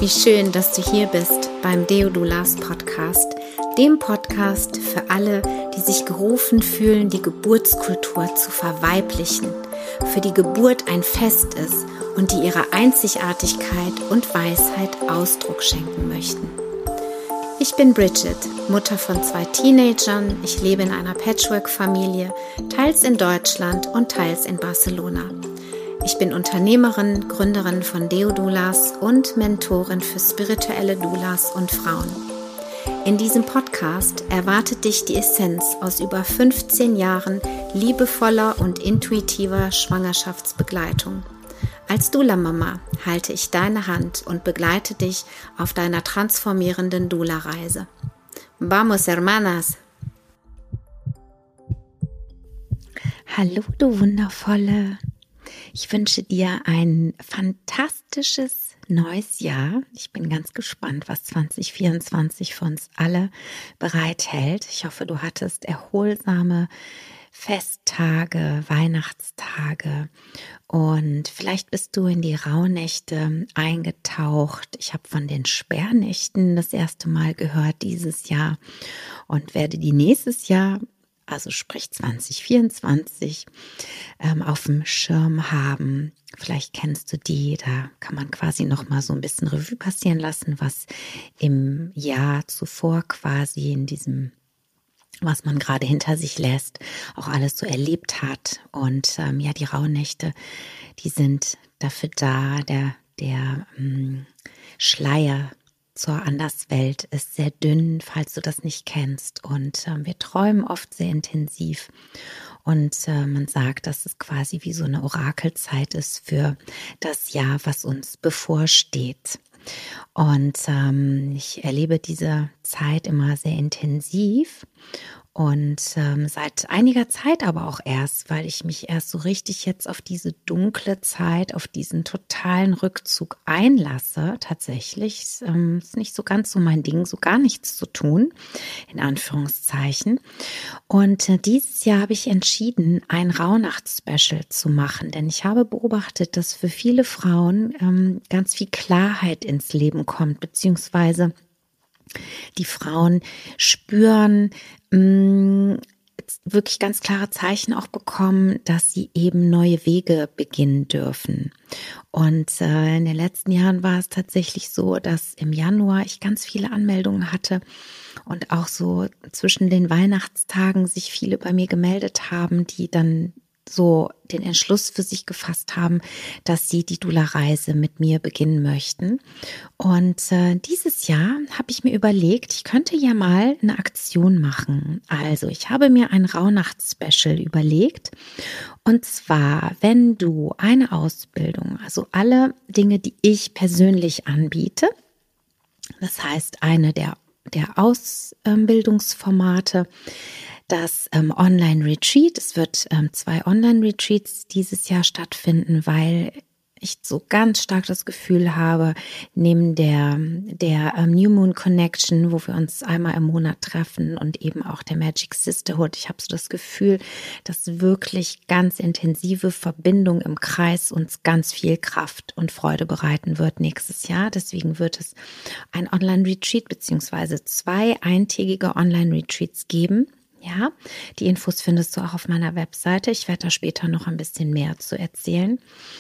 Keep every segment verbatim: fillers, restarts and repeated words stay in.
Wie schön, dass du hier bist beim Deodulas Podcast, dem Podcast für alle, die sich gerufen fühlen, die Geburtskultur zu verweiblichen, für die Geburt ein Fest ist und die ihrer Einzigartigkeit und Weisheit Ausdruck schenken möchten. Ich bin Bridget, Mutter von zwei Teenagern. Ich lebe in einer Patchwork-Familie, teils in Deutschland und teils in Barcelona. Ich bin Unternehmerin, Gründerin von Deodulas und Mentorin für spirituelle Doulas und Frauen. In diesem Podcast erwartet dich die Essenz aus über fünfzehn Jahren liebevoller und intuitiver Schwangerschaftsbegleitung. Als Doula-Mama halte ich deine Hand und begleite dich auf deiner transformierenden Doula-Reise. Vamos, hermanas! Hallo, du Wundervolle! Ich wünsche dir ein fantastisches neues Jahr. Ich bin ganz gespannt, was zwanzig vierundzwanzig für uns alle bereithält. Ich hoffe, du hattest erholsame Festtage, Weihnachtstage und vielleicht bist du in die Rauhnächte eingetaucht. Ich habe von den Sperrnächten das erste Mal gehört dieses Jahr und werde die nächstes Jahr, also sprich zwanzig vierundzwanzig, ähm, auf dem Schirm haben. Vielleicht kennst du die, da kann man quasi noch mal so ein bisschen Revue passieren lassen, was im Jahr zuvor quasi in diesem, was man gerade hinter sich lässt, auch alles so erlebt hat. Und ähm, ja, die Rauhnächte, die sind dafür da, der, der ähm, Schleier zur Anderswelt ist sehr dünn, falls du das nicht kennst. Und äh, wir träumen oft sehr intensiv. Und äh, man sagt, dass es quasi wie so eine Orakelzeit ist für das Jahr, was uns bevorsteht. Und ähm, ich erlebe diese Zeit immer sehr intensiv und ähm, seit einiger Zeit aber auch erst, weil ich mich erst so richtig jetzt auf diese dunkle Zeit, auf diesen totalen Rückzug einlasse. Tatsächlich ähm, ist nicht so ganz so mein Ding, so gar nichts zu tun, in Anführungszeichen. Und äh, dieses Jahr habe ich entschieden, ein Rauhnacht-Special zu machen, denn ich habe beobachtet, dass für viele Frauen ähm, ganz viel Klarheit ins Leben kommt, beziehungsweise die Frauen spüren, mh, wirklich ganz klare Zeichen auch bekommen, dass sie eben neue Wege beginnen dürfen. Und äh, in den letzten Jahren war es tatsächlich so, dass im Januar ich ganz viele Anmeldungen hatte und auch so zwischen den Weihnachtstagen sich viele bei mir gemeldet haben, die dann so den Entschluss für sich gefasst haben, dass sie die Doula-Reise mit mir beginnen möchten. Und äh, dieses Jahr habe ich mir überlegt, ich könnte ja mal eine Aktion machen. Also ich habe mir ein Rauhnacht-Special überlegt. Und zwar, wenn du eine Ausbildung, also alle Dinge, die ich persönlich anbiete, das heißt eine der, der Ausbildungsformate, das ähm, Online-Retreat. Es wird ähm, zwei Online-Retreats dieses Jahr stattfinden, weil ich so ganz stark das Gefühl habe, neben der, der ähm, New Moon Connection, wo wir uns einmal im Monat treffen und eben auch der Magic Sisterhood, ich habe so das Gefühl, dass wirklich ganz intensive Verbindung im Kreis uns ganz viel Kraft und Freude bereiten wird nächstes Jahr. Deswegen wird es ein Online-Retreat beziehungsweise zwei eintägige Online-Retreats geben. Ja, die Infos findest du auch auf meiner Webseite. Ich werde da später noch ein bisschen mehr zu erzählen.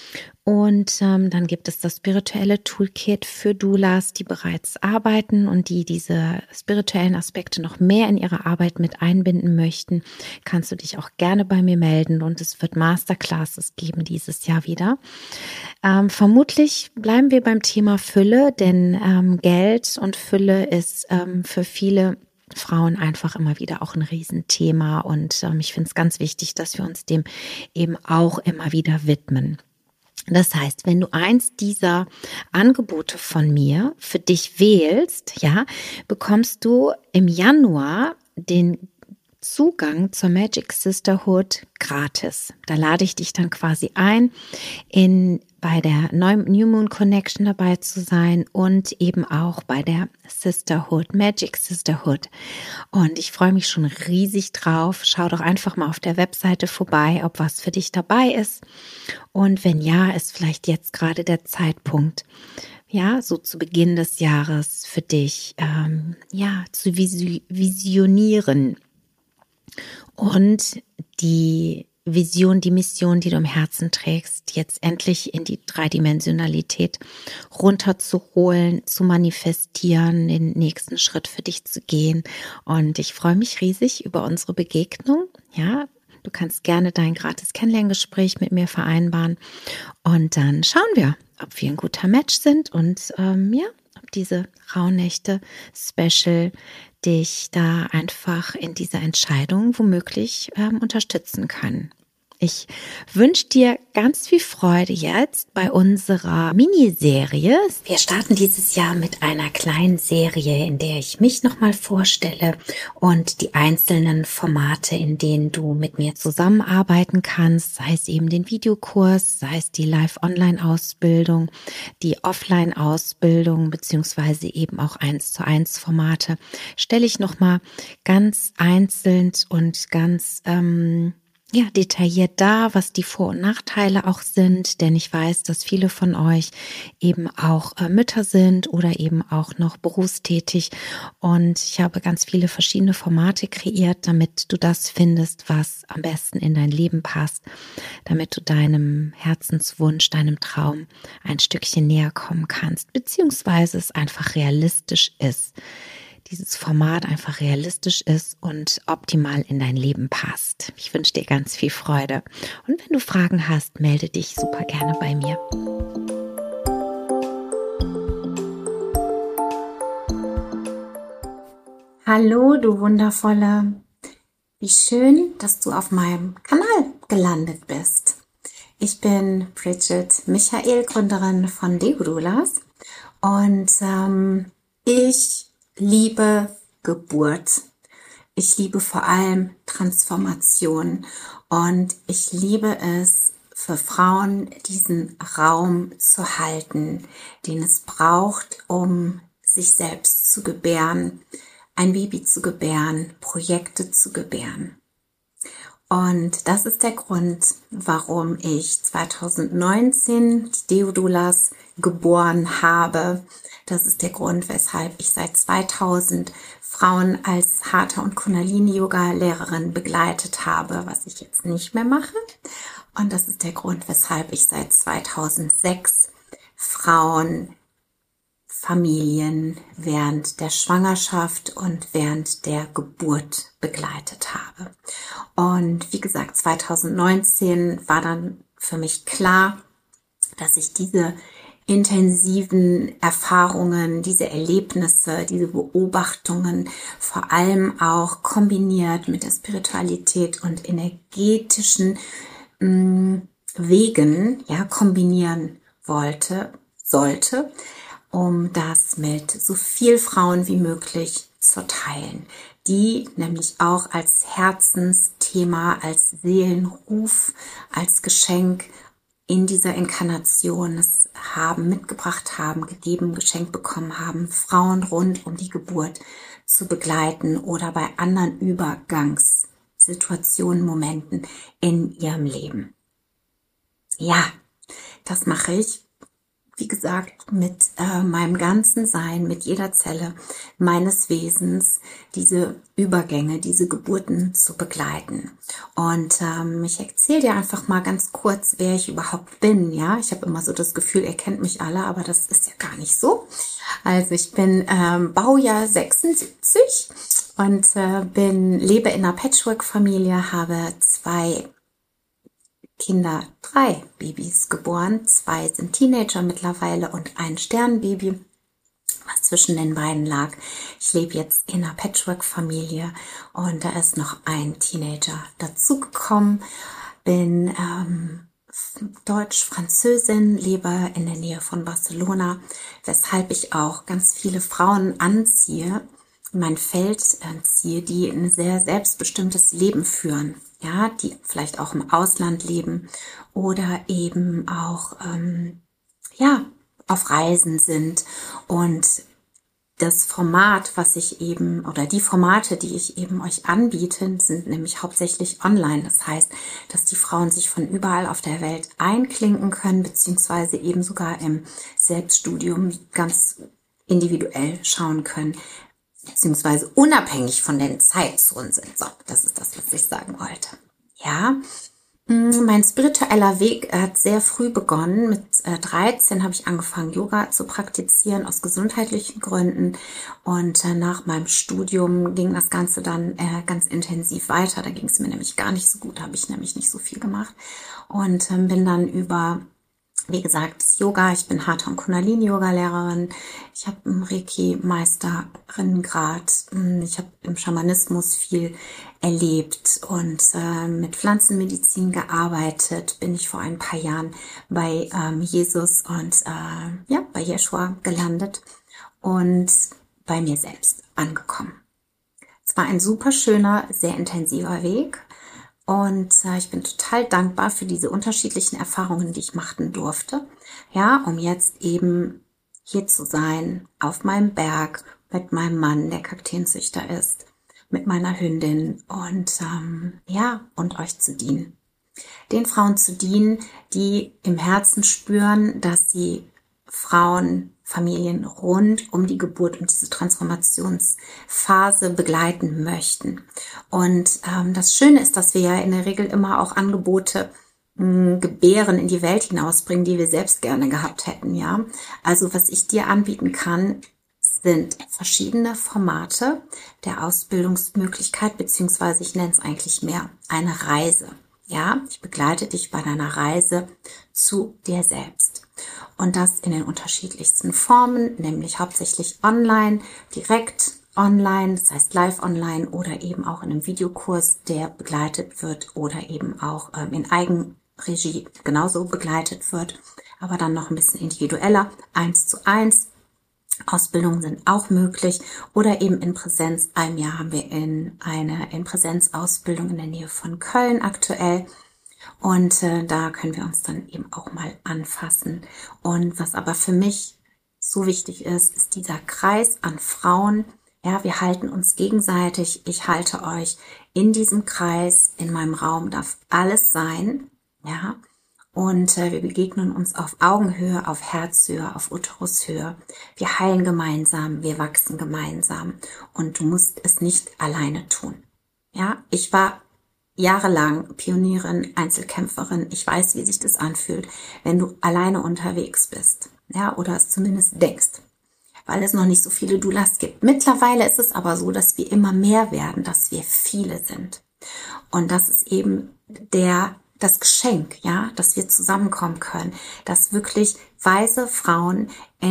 Und ähm, dann gibt es das spirituelle Toolkit für Doulas, die bereits arbeiten und die diese spirituellen Aspekte noch mehr in ihre Arbeit mit einbinden möchten. Kannst du dich auch gerne bei mir melden und es wird Masterclasses geben dieses Jahr wieder. Ähm, vermutlich bleiben wir beim Thema Fülle, denn ähm, Geld und Fülle ist ähm, für viele Frauen einfach immer wieder auch ein Riesenthema und ähm, ich finde es ganz wichtig, dass wir uns dem eben auch immer wieder widmen. Das heißt, wenn du eins dieser Angebote von mir für dich wählst, ja, bekommst du im Januar den Zugang zur Magic Sisterhood gratis. Da lade ich dich dann quasi ein, in bei der New Moon Connection dabei zu sein und eben auch bei der Sisterhood, Magic Sisterhood. Und ich freue mich schon riesig drauf. Schau doch einfach mal auf der Webseite vorbei, ob was für dich dabei ist. Und wenn ja, ist vielleicht jetzt gerade der Zeitpunkt, ja, so zu Beginn des Jahres für dich, ähm, ja, zu visionieren und die Vision, die Mission, die du im Herzen trägst, jetzt endlich in die Dreidimensionalität runterzuholen, zu manifestieren, den nächsten Schritt für dich zu gehen. Und ich freue mich riesig über unsere Begegnung. Ja, du kannst gerne dein gratis Kennenlerngespräch mit mir vereinbaren. Und dann schauen wir, ob wir ein guter Match sind und ähm, ja, ob diese Rauhnächte Special dich da einfach in dieser Entscheidung womöglich ähm, unterstützen können. Ich wünsche dir ganz viel Freude jetzt bei unserer Miniserie. Wir starten dieses Jahr mit einer kleinen Serie, in der ich mich nochmal vorstelle und die einzelnen Formate, in denen du mit mir zusammenarbeiten kannst, sei es eben den Videokurs, sei es die Live-Online-Ausbildung, die Offline-Ausbildung beziehungsweise eben auch eins zu eins Formate, stelle ich nochmal ganz einzeln und ganz ähm, ja, detailliert da, was die Vor- und Nachteile auch sind, denn ich weiß, dass viele von euch eben auch äh, Mütter sind oder eben auch noch berufstätig und ich habe ganz viele verschiedene Formate kreiert, damit du das findest, was am besten in dein Leben passt, damit du deinem Herzenswunsch, deinem Traum ein Stückchen näher kommen kannst, beziehungsweise es einfach realistisch ist. Dieses Format einfach realistisch ist und optimal in dein Leben passt. Ich wünsche dir ganz viel Freude. Und wenn du Fragen hast, melde dich super gerne bei mir. Hallo, du Wundervolle. Wie schön, dass du auf meinem Kanal gelandet bist. Ich bin Bridget Michael, Gründerin von Deodulas und ähm, ich liebe Geburt. Ich liebe vor allem Transformation und ich liebe es, für Frauen diesen Raum zu halten, den es braucht, um sich selbst zu gebären, ein Baby zu gebären, Projekte zu gebären. Und das ist der Grund, warum ich zwanzig neunzehn die Deodulas geboren habe. Das ist der Grund, weshalb ich seit zweitausend Frauen als Hatha und Kundalini-Yoga-Lehrerin begleitet habe, was ich jetzt nicht mehr mache. Und das ist der Grund, weshalb ich seit zweitausendsechs Frauen, Familien während der Schwangerschaft und während der Geburt begleitet habe. Und wie gesagt, zwanzig neunzehn war dann für mich klar, dass ich diese intensiven Erfahrungen, diese Erlebnisse, diese Beobachtungen vor allem auch kombiniert mit der Spiritualität und energetischen mh, Wegen, ja, kombinieren wollte, sollte, um das mit so viel Frauen wie möglich zu teilen, die nämlich auch als Herzensthema, als Seelenruf, als Geschenk in dieser Inkarnation es haben, mitgebracht haben, gegeben, geschenkt bekommen haben, Frauen rund um die Geburt zu begleiten oder bei anderen Übergangssituationen, Momenten in ihrem Leben. Ja, das mache ich. Wie gesagt, mit äh, meinem ganzen Sein, mit jeder Zelle meines Wesens, diese Übergänge, diese Geburten zu begleiten. Und ähm, ich erzähle dir einfach mal ganz kurz, wer ich überhaupt bin. Ja, ich habe immer so das Gefühl, ihr kennt mich alle, aber das ist ja gar nicht so. Also ich bin ähm, Baujahr sechsundsiebzig und äh, bin lebe in einer Patchwork-Familie, habe zwei Kinder, drei Babys geboren. Zwei sind Teenager mittlerweile und ein Sternbaby, was zwischen den beiden lag. Ich lebe jetzt in einer Patchwork-Familie und da ist noch ein Teenager dazugekommen. Bin ähm, Deutsch-Französin, lebe in der Nähe von Barcelona, weshalb ich auch ganz viele Frauen anziehe, in mein Feld anziehe, die ein sehr selbstbestimmtes Leben führen. Ja, die vielleicht auch im Ausland leben oder eben auch ähm, ja auf Reisen sind und Das Format, was ich eben, oder die Formate, die ich eben euch anbiete, sind nämlich hauptsächlich online. Das heißt, dass die Frauen sich von überall auf der Welt einklinken können, beziehungsweise eben sogar im Selbststudium ganz individuell schauen können, beziehungsweise unabhängig von den Zeitzonen sind. So, das ist das, was ich sagen wollte. Ja, mein spiritueller Weg hat sehr früh begonnen. Mit äh, dreizehn habe ich angefangen, Yoga zu praktizieren, aus gesundheitlichen Gründen. Und äh, nach meinem Studium ging das Ganze dann äh, ganz intensiv weiter. Da ging es mir nämlich gar nicht so gut, habe ich nämlich nicht so viel gemacht. Und äh, bin dann über, wie gesagt, das Yoga. Ich bin Hatha und Kundalini-Yoga-Lehrerin. Ich habe einen Reiki-Meisterinnengrad. Ich habe im Schamanismus viel erlebt und äh, mit Pflanzenmedizin gearbeitet. Bin ich vor ein paar Jahren bei ähm, Jesus und äh, ja bei Yeshua gelandet und bei mir selbst angekommen. Es war ein super schöner, sehr intensiver Weg. Und äh, ich bin total dankbar für diese unterschiedlichen Erfahrungen, die ich machen durfte. Ja, um jetzt eben hier zu sein, auf meinem Berg, mit meinem Mann, der Kakteenzüchter ist, mit meiner Hündin und ähm, ja, und euch zu dienen. Den Frauen zu dienen, die im Herzen spüren, dass sie Frauen, Familien rund um die Geburt und diese Transformationsphase begleiten möchten. Und ähm, das Schöne ist, dass wir ja in der Regel immer auch Angebote mh, gebären, in die Welt hinausbringen, die wir selbst gerne gehabt hätten. Ja, also was ich dir anbieten kann, sind verschiedene Formate der Ausbildungsmöglichkeit, beziehungsweise ich nenne es eigentlich mehr eine Reise. Ja, ich begleite dich bei deiner Reise zu dir selbst. Und das in den unterschiedlichsten Formen, nämlich hauptsächlich online, direkt online, das heißt live online oder eben auch in einem Videokurs, der begleitet wird oder eben auch ähm, in Eigenregie genauso begleitet wird, aber dann noch ein bisschen individueller, eins zu eins. Ausbildungen sind auch möglich oder eben in Präsenz. Ein Jahr haben wir in eine in Präsenzausbildung in der Nähe von Köln aktuell und äh, da können wir uns dann eben auch mal anfassen. Und was aber für mich so wichtig ist, ist dieser Kreis an Frauen. Ja, wir halten uns gegenseitig. Ich halte euch in diesem Kreis. In meinem Raum darf alles sein. Ja. Und äh, wir begegnen uns auf Augenhöhe, auf Herzhöhe, auf Uterushöhe. Wir heilen gemeinsam, wir wachsen gemeinsam. Und du musst es nicht alleine tun. Ja, ich war jahrelang Pionierin, Einzelkämpferin. Ich weiß, wie sich das anfühlt, wenn du alleine unterwegs bist. Ja, oder es zumindest denkst. Weil es noch nicht so viele Doulas gibt. Mittlerweile ist es aber so, dass wir immer mehr werden, dass wir viele sind. Und das ist eben der das Geschenk, ja, dass wir zusammenkommen können, dass wirklich weise Frauen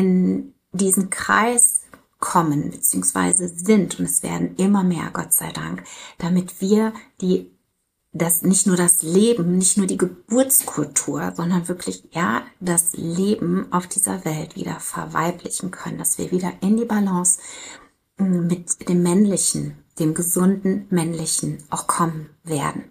in diesen Kreis kommen, beziehungsweise sind, und es werden immer mehr, Gott sei Dank, damit wir die, das, nicht nur das Leben, nicht nur die Geburtskultur, sondern wirklich, ja, das Leben auf dieser Welt wieder verweiblichen können, dass wir wieder in die Balance mit dem Männlichen, dem gesunden Männlichen auch kommen werden.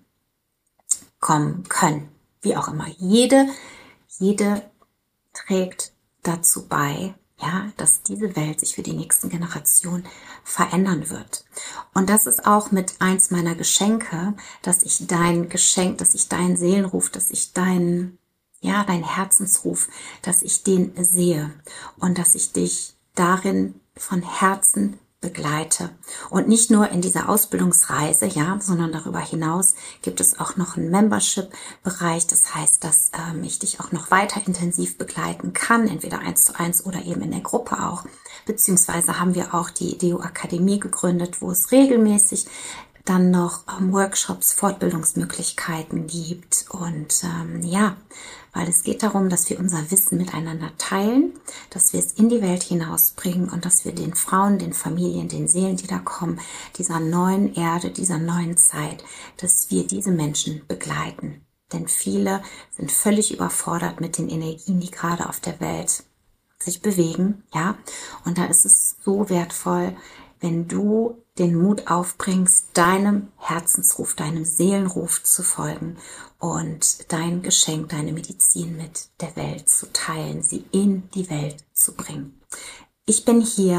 kommen können, wie auch immer. Jede, jede trägt dazu bei, ja, dass diese Welt sich für die nächsten Generationen verändern wird. Und das ist auch mit eins meiner Geschenke, dass ich dein Geschenk, dass ich deinen Seelenruf, dass ich deinen, ja, deinen Herzensruf, dass ich den sehe und dass ich dich darin von Herzen begleite. Und nicht nur in dieser Ausbildungsreise, ja, sondern darüber hinaus gibt es auch noch einen Membership-Bereich. Das heißt, dass ähm, ich dich auch noch weiter intensiv begleiten kann, entweder eins zu eins oder eben in der Gruppe auch. Beziehungsweise haben wir auch die Deo Akademie gegründet, wo es regelmäßig dann noch ähm, Workshops, Fortbildungsmöglichkeiten gibt. Und ähm, ja, weil es geht darum, dass wir unser Wissen miteinander teilen, dass wir es in die Welt hinausbringen und dass wir den Frauen, den Familien, den Seelen, die da kommen, dieser neuen Erde, dieser neuen Zeit, dass wir diese Menschen begleiten. Denn viele sind völlig überfordert mit den Energien, die gerade auf der Welt sich bewegen, ja. Und da ist es so wertvoll, wenn du den Mut aufbringst, deinem Herzensruf, deinem Seelenruf zu folgen und dein Geschenk, deine Medizin mit der Welt zu teilen, sie in die Welt zu bringen. Ich bin hier,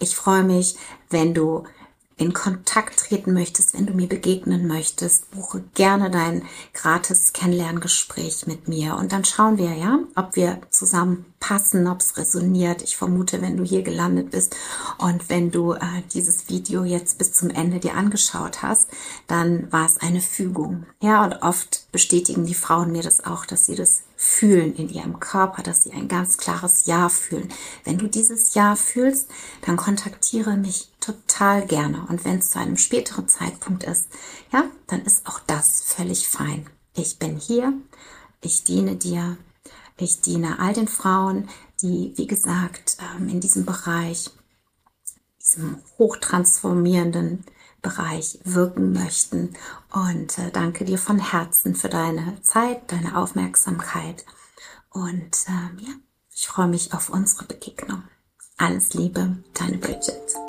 Ich freue mich, wenn du in Kontakt treten möchtest, wenn du mir begegnen möchtest, buche gerne dein gratis Kennenlerngespräch mit mir und dann schauen wir, ja, ob wir zusammen passen, ob es resoniert. Ich vermute, wenn du hier gelandet bist und wenn du äh, dieses Video jetzt bis zum Ende dir angeschaut hast, dann war es eine Fügung. Ja, und oft bestätigen die Frauen mir das auch, dass sie das fühlen in ihrem Körper, dass sie ein ganz klares Ja fühlen. Wenn du dieses Ja fühlst, dann kontaktiere mich total gerne. Und wenn es zu einem späteren Zeitpunkt ist, ja, dann ist auch das völlig fein. Ich bin hier, ich diene dir, ich diene all den Frauen, die, wie gesagt, in diesem Bereich, diesem hochtransformierenden Bereich wirken möchten. Und äh, danke dir von Herzen für deine Zeit, deine Aufmerksamkeit. Und äh, ja, ich freue mich auf unsere Begegnung. Alles Liebe, deine Bridget.